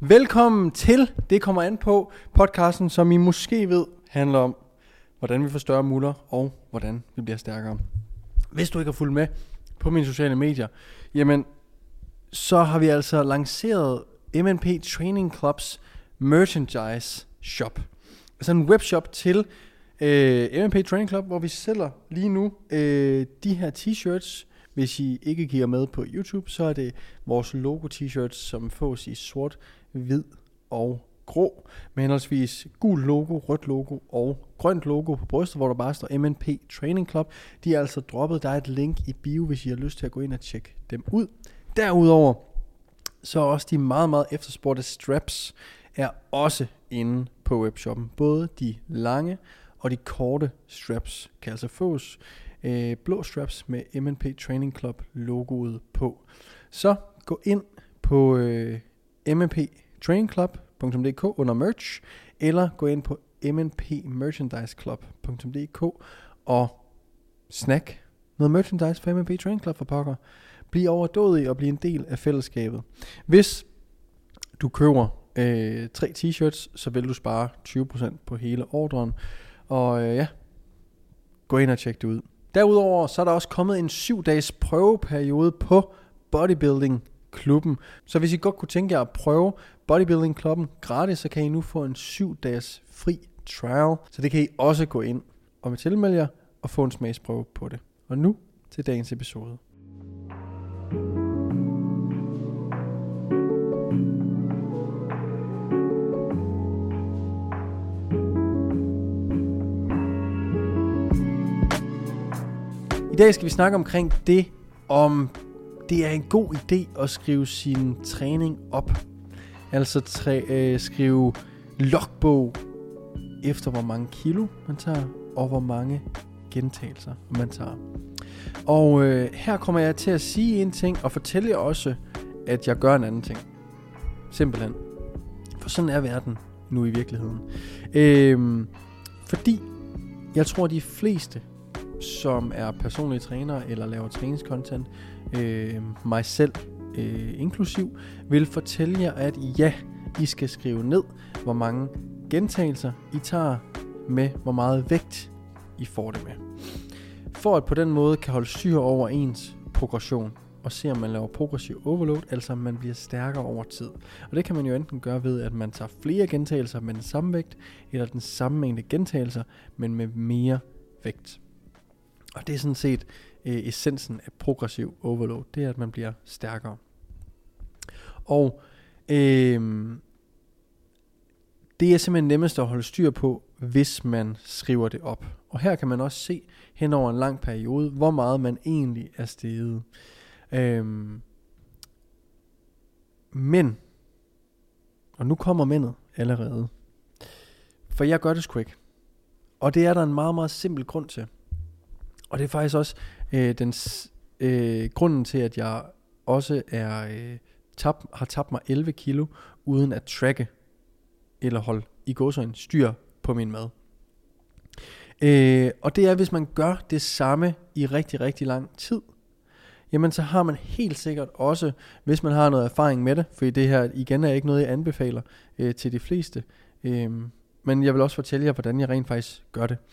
Velkommen til Det kommer an på podcasten, som I måske ved handler om, hvordan vi får større muller og hvordan vi bliver stærkere. Hvis du ikke har fulgt med på mine sociale medier, jamen så har vi altså lanceret MNP Training Clubs merchandise shop. Altså en webshop til MNP Training Club, hvor vi sælger lige nu de her t-shirts. Hvis I ikke kigger med på YouTube, så er det vores logo t-shirts, som fås i sort, hvid og grå, med henholdsvis gul logo, rødt logo og grønt logo på brystet, hvor der bare står MNP Training Club. De er altså droppet. Der er et link i bio, hvis I har lyst til at gå ind og tjekke dem ud. Derudover så er også de meget, meget efterspurgte straps er også inde på webshoppen. Både de lange og de korte straps kan altså fås. Blå straps med MNP Training Club logoet på. Så gå ind på mnptrainingclub.dk under merch, eller gå ind på mnpmerchandiseclub.dk og snack noget merchandise for MNP Training Club for pokker. Bliv overdådig og bliv en del af fællesskabet. Hvis du køber 3 t-shirts, så vil du spare 20% på hele ordren. Og gå ind og tjek det ud. Derudover så er der også kommet en 7-dages prøveperiode på Bodybuilding Klubben. Så hvis I godt kunne tænke jer at prøve Bodybuilding Klubben gratis, så kan I nu få en 7-dages fri trial. Så det kan I også gå ind og tilmelde jer og få en smagsprøve på det. Og nu til dagens episode. I dag skal vi snakke omkring det, om det er en god idé at skrive sin træning op. Altså skrive logbog efter hvor mange kilo man tager, og hvor mange gentagelser man tager. Og her kommer jeg til at sige en ting, og fortælle jer også, at jeg gør en anden ting. Simpelthen. For sådan er verden nu i virkeligheden. Fordi jeg tror, de fleste som er personlige trænere eller laver træningscontent, mig selv inklusiv, vil fortælle jer, at ja, I skal skrive ned, hvor mange gentagelser I tager med, hvor meget vægt I får det med. For at på den måde kan holde styr over ens progression, og se om man laver progressiv overload, altså om man bliver stærkere over tid. Og det kan man jo enten gøre ved, at man tager flere gentagelser med den samme vægt, eller den samme mængde gentagelser, men med mere vægt. Og det er sådan set essensen af progressiv overload. Det er, at man bliver stærkere. Og det er simpelthen nemmest at holde styr på, hvis man skriver det op. Og her kan man også se hen over en lang periode, hvor meget man egentlig er steget. Men, og nu kommer mendet allerede. For jeg gør det sgu ikke. Og det er der en meget, meget simpel grund til. Og det er faktisk også grunden til, at jeg også har tabt mig 11 kilo, uden at tracke eller holde i gåseøjne styr på min mad. Og det er, hvis man gør det samme i rigtig, rigtig lang tid, jamen så har man helt sikkert også, hvis man har noget erfaring med det, for det her igen er ikke noget, jeg anbefaler til de fleste, men jeg vil også fortælle jer, hvordan jeg rent faktisk gør det.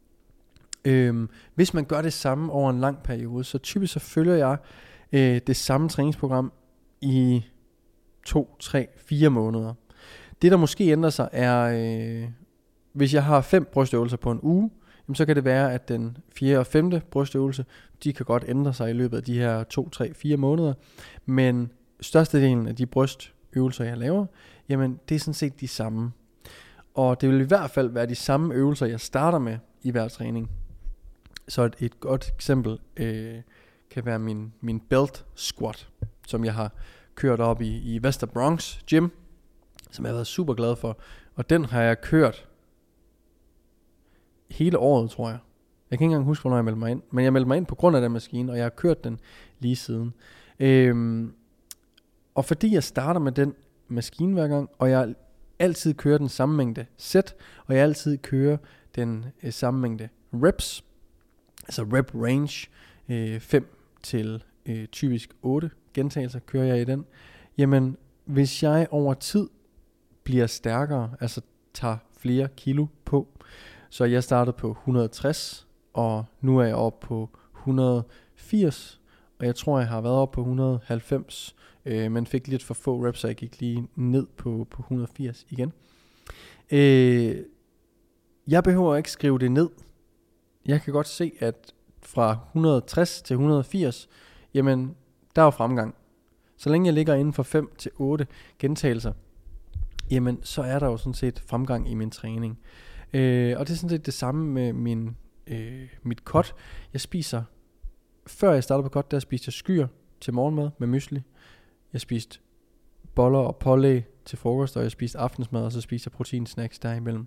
Hvis man gør det samme over en lang periode, så typisk så følger jeg det samme træningsprogram i 2, 3, 4 måneder. Det der måske ændrer sig er, hvis jeg har 5 brystøvelser på en uge, jamen, så kan det være, at den 4. og 5. brystøvelse, de kan godt ændre sig i løbet af de her 2, 3, 4 måneder. Men størstedelen af de brystøvelser, jeg laver, jamen det er sådan set de samme. Og det vil i hvert fald være de samme øvelser, jeg starter med i hver træning. Så et godt eksempel kan være min belt squat, som jeg har kørt op i Vester Bronx Gym, som jeg har været super glad for. Og den har jeg kørt hele året, tror jeg. Jeg kan ikke engang huske, hvornår jeg meldte mig ind. Men jeg meldte mig ind på grund af den maskine, og jeg har kørt den lige siden. Og fordi jeg starter med den maskine hver gang, og jeg altid kører den samme mængde sæt, og jeg altid kører den samme mængde reps, altså rep range, 5 til typisk 8 gentagelser kører jeg i den. Jamen, hvis jeg over tid bliver stærkere, altså tager flere kilo på. Så jeg startede på 160, og nu er jeg oppe på 180, og jeg tror, jeg har været oppe på 190, men fik lidt for få reps, så jeg gik lige ned på 180 igen. Jeg behøver ikke skrive det ned. Jeg kan godt se, at fra 160 til 180, jamen, der er fremgang. Så længe jeg ligger inden for 5 til 8 gentagelser, jamen, så er der jo sådan set fremgang i min træning. Og det er sådan set det samme med mit cut. Jeg spiser, før jeg startede på cut, der spiste jeg skyer til morgenmad med mysli. Jeg spiste boller og pålæg til frokost, og jeg spiste aftensmad, og så spiste jeg proteinsnacks derimellem.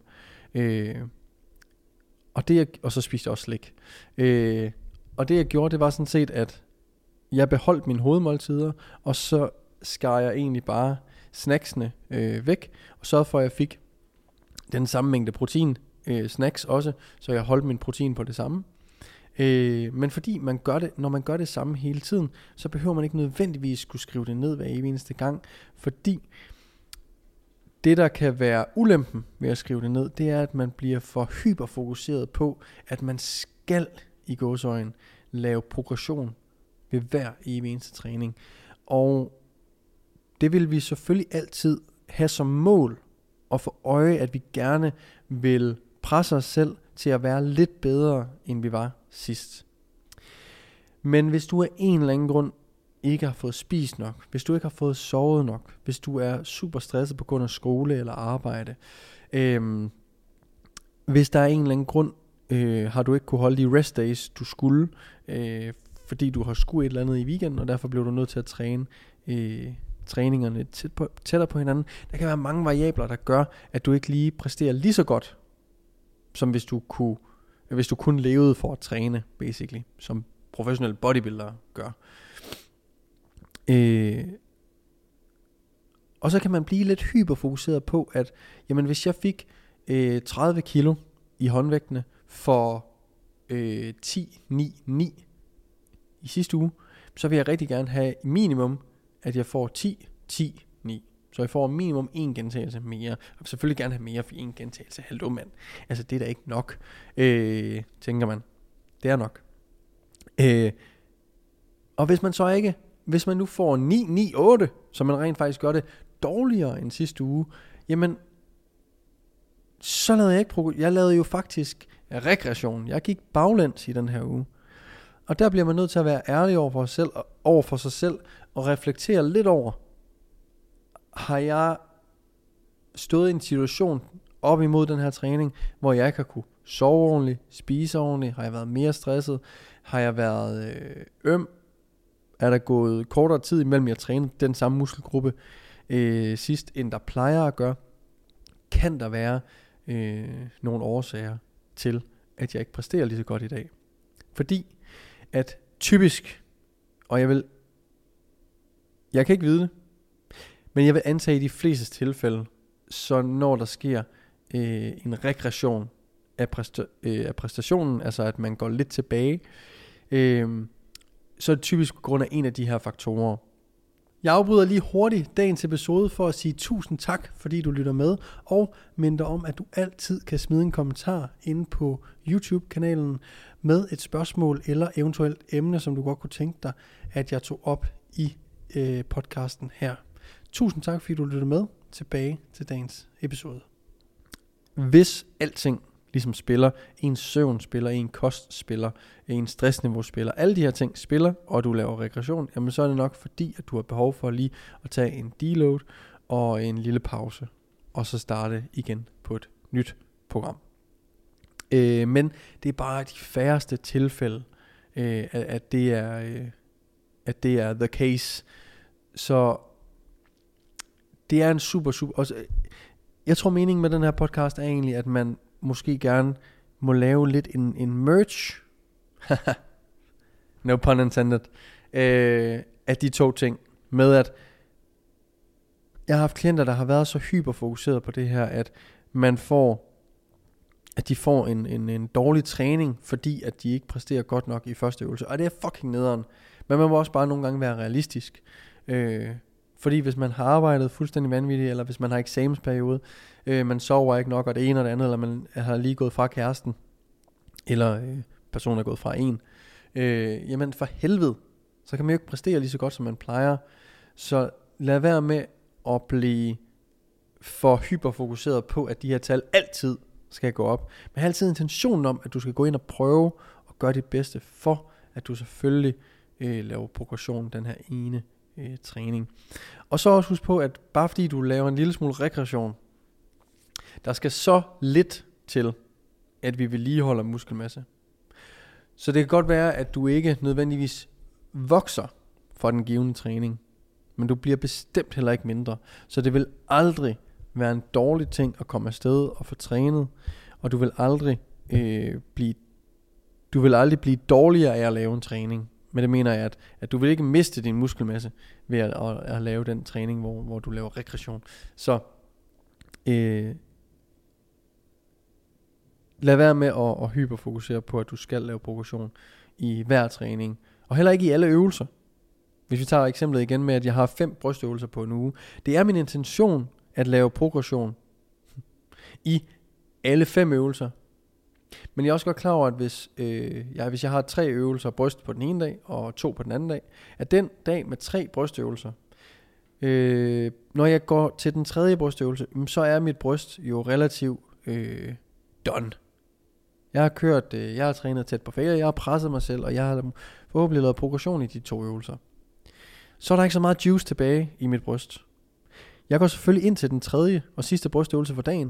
Og så spiste jeg også slik. Og det jeg gjorde, det var sådan set, at jeg beholdt mine hovedmåltider, og så skar jeg egentlig bare snacksene væk, og sørgede for, at jeg fik den samme mængde protein, snacks også, så jeg holdt min protein på det samme. Men fordi man gør det, når man gør det samme hele tiden, så behøver man ikke nødvendigvis skulle skrive det ned hver eneste gang, fordi det der kan være ulempen ved at skrive det ned, det er at man bliver for hyperfokuseret på, at man skal i gåseøjne lave progression ved hver evig eneste træning. Og det vil vi selvfølgelig altid have som mål og få øje, at vi gerne vil presse os selv til at være lidt bedre, end vi var sidst. Men hvis du af en eller anden grund ikke har fået spist nok, hvis du ikke har fået sovet nok, hvis du er super stresset på grund af skole eller arbejde, hvis der er en eller anden grund, har du ikke kunne holde de rest days, du skulle, fordi du har skudt et eller andet i weekenden, og derfor blev du nødt til at træne træningerne tættere på hinanden. Der kan være mange variabler, der gør, at du ikke lige præsterer lige så godt, som hvis du kun levede for at træne, basically, som professionelle bodybuildere gør. Og så kan man blive lidt hyperfokuseret på, at jamen, hvis jeg fik 30 kilo i håndvægtene for 10-9-9 i sidste uge, så vil jeg rigtig gerne have minimum, at jeg får 10-10-9. Så jeg får minimum en gentagelse mere. Jeg vil selvfølgelig gerne have mere for en gentagelse. Hallo mand. Altså det er da ikke nok, tænker man. Det er nok. Og hvis man nu får 9-9-8, så man rent faktisk gør det dårligere end sidste uge, jamen, så lavede jeg ikke jeg lavede jo faktisk regression. Jeg gik baglæns i den her uge. Og der bliver man nødt til at være ærlig over for sig selv og reflektere lidt over, har jeg stået i en situation op imod den her træning, hvor jeg ikke har kunne sove ordentligt, spise ordentligt, har jeg været mere stresset, har jeg været øm, er der gået kortere tid imellem jeg trænede den samme muskelgruppe sidst, end der plejer at gøre, kan der være nogle årsager til, at jeg ikke præsterer lige så godt i dag. Fordi at typisk, og jeg kan ikke vide det, men jeg vil antage i de fleste tilfælde, så når der sker en regression af præstationen, altså at man går lidt tilbage, så er det typisk på grund af en af de her faktorer. Jeg afbryder lige hurtigt dagens episode for at sige tusind tak, fordi du lytter med, og minder om, at du altid kan smide en kommentar inde på YouTube-kanalen med et spørgsmål eller eventuelt emne, som du godt kunne tænke dig, at jeg tog op i podcasten her. Tusind tak, fordi du lyttede med. Tilbage til dagens episode. Hvis alting ligesom spiller, en søvn spiller, en kost spiller, en stressniveau spiller, alle de her ting spiller, og du laver regression, jamen så er det nok fordi, at du har behov for lige at tage en deload og en lille pause, og så starte igen på et nyt program. Men det er bare de færreste tilfælde, at det er the case. Så det er en super også, jeg tror meningen med den her podcast er egentlig, at man måske gerne må lave lidt en merch no pun intended af de to ting, med at jeg har haft klienter, der har været så hyperfokuseret på det her, at de får en dårlig træning, fordi at de ikke præsterer godt nok i første øvelse, og det er fucking nederen. Men man må også bare nogle gange være realistisk, Fordi hvis man har arbejdet fuldstændig vanvittigt, eller hvis man har eksamensperiode, man sover ikke nok, og det ene og det andet, eller man har lige gået fra kæresten, eller personen er gået fra en, jamen for helvede, så kan man jo ikke præstere lige så godt, som man plejer. Så lad være med at blive for hyperfokuseret på, at de her tal altid skal gå op. Men have altid intentionen om, at du skal gå ind og prøve at gøre dit bedste, for at du selvfølgelig laver progression den her ene træning. Og så også husk på, at bare fordi du laver en lille smule regression, der skal så lidt til, at vi vedligeholder muskelmasse. Så det kan godt være, at du ikke nødvendigvis vokser for den givne træning, men du bliver bestemt heller ikke mindre. Så det vil aldrig være en dårlig ting at komme afsted og få trænet, og du vil aldrig blive dårligere af at lave en træning. Men det mener jeg, at du vil ikke miste din muskelmasse ved at lave den træning, hvor du laver regression. Så lad være med at hyperfokusere på, at du skal lave progression i hver træning. Og heller ikke i alle øvelser. Hvis vi tager eksemplet igen med, at jeg har 5 brystøvelser på en uge. Det er min intention at lave progression i alle 5 øvelser. Men jeg er også godt klar over, at hvis jeg har 3 øvelser bryst på den ene dag, og 2 på den anden dag, at den dag med 3 brystøvelser, når jeg går til den tredje brystøvelse, så er mit bryst jo relativt done. Jeg har trænet tæt på fælder, jeg har presset mig selv, og jeg har forhåbentlig lavet progression i de 2 øvelser. Så er der ikke så meget juice tilbage i mit bryst. Jeg går selvfølgelig ind til den tredje og sidste brystøvelse for dagen,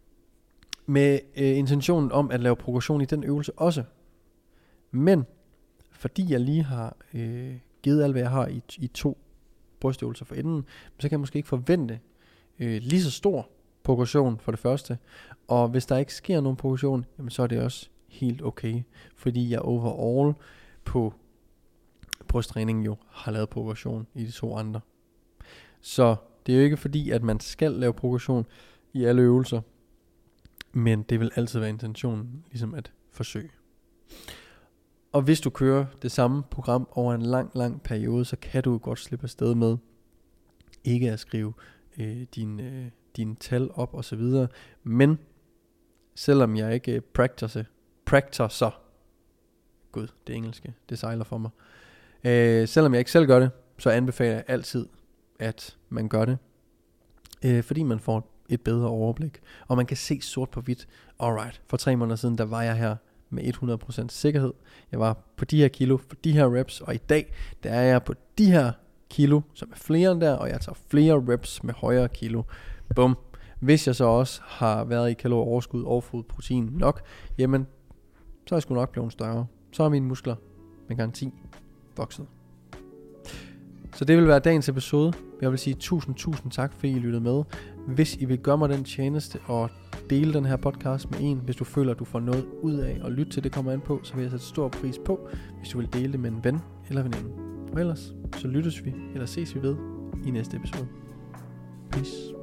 med intentionen om at lave progression i den øvelse også. Men fordi jeg lige har givet alt hvad jeg har i 2 brystøvelser for enden, så kan jeg måske ikke forvente lige så stor progression for det første. Og hvis der ikke sker nogen progression, jamen så er det også helt okay, fordi jeg overall på brysttræningen jo har lavet progression i de 2 andre. Så det er jo ikke fordi at man skal lave progression i alle øvelser, men det vil altid være intentionen ligesom at forsøge. Og hvis du kører det samme program over en lang periode, så kan du godt slippe afsted med ikke at skrive dine tal op og så videre. Men selvom jeg ikke practicer, gud, det engelske, det sejler for mig. Selvom jeg ikke selv gør det, så anbefaler jeg altid, at man gør det. Fordi man får et bedre overblik. Og man kan se sort på hvidt. Alright, for 3 måneder siden, der var jeg her med 100% sikkerhed. Jeg var på de her kilo, for de her reps. Og i dag, der er jeg på de her kilo, som er flere end der. Og jeg tager flere reps med højere kilo. Bum. Hvis jeg så også har været i kalorieoverskud og fået protein nok, jamen, så er jeg sgu nok blevet større. Så er mine muskler med garanti vokset. Så det vil være dagens episode. Jeg vil sige tusind tak, fordi I lyttede med. Hvis I vil gøre mig den tjeneste og dele den her podcast med en, hvis du føler, at du får noget ud af at lytte til det kommer an på, så vil jeg sætte stor pris på, hvis du vil dele det med en ven eller veninde. Og ellers, så lyttes vi, eller ses vi ved i næste episode. Peace.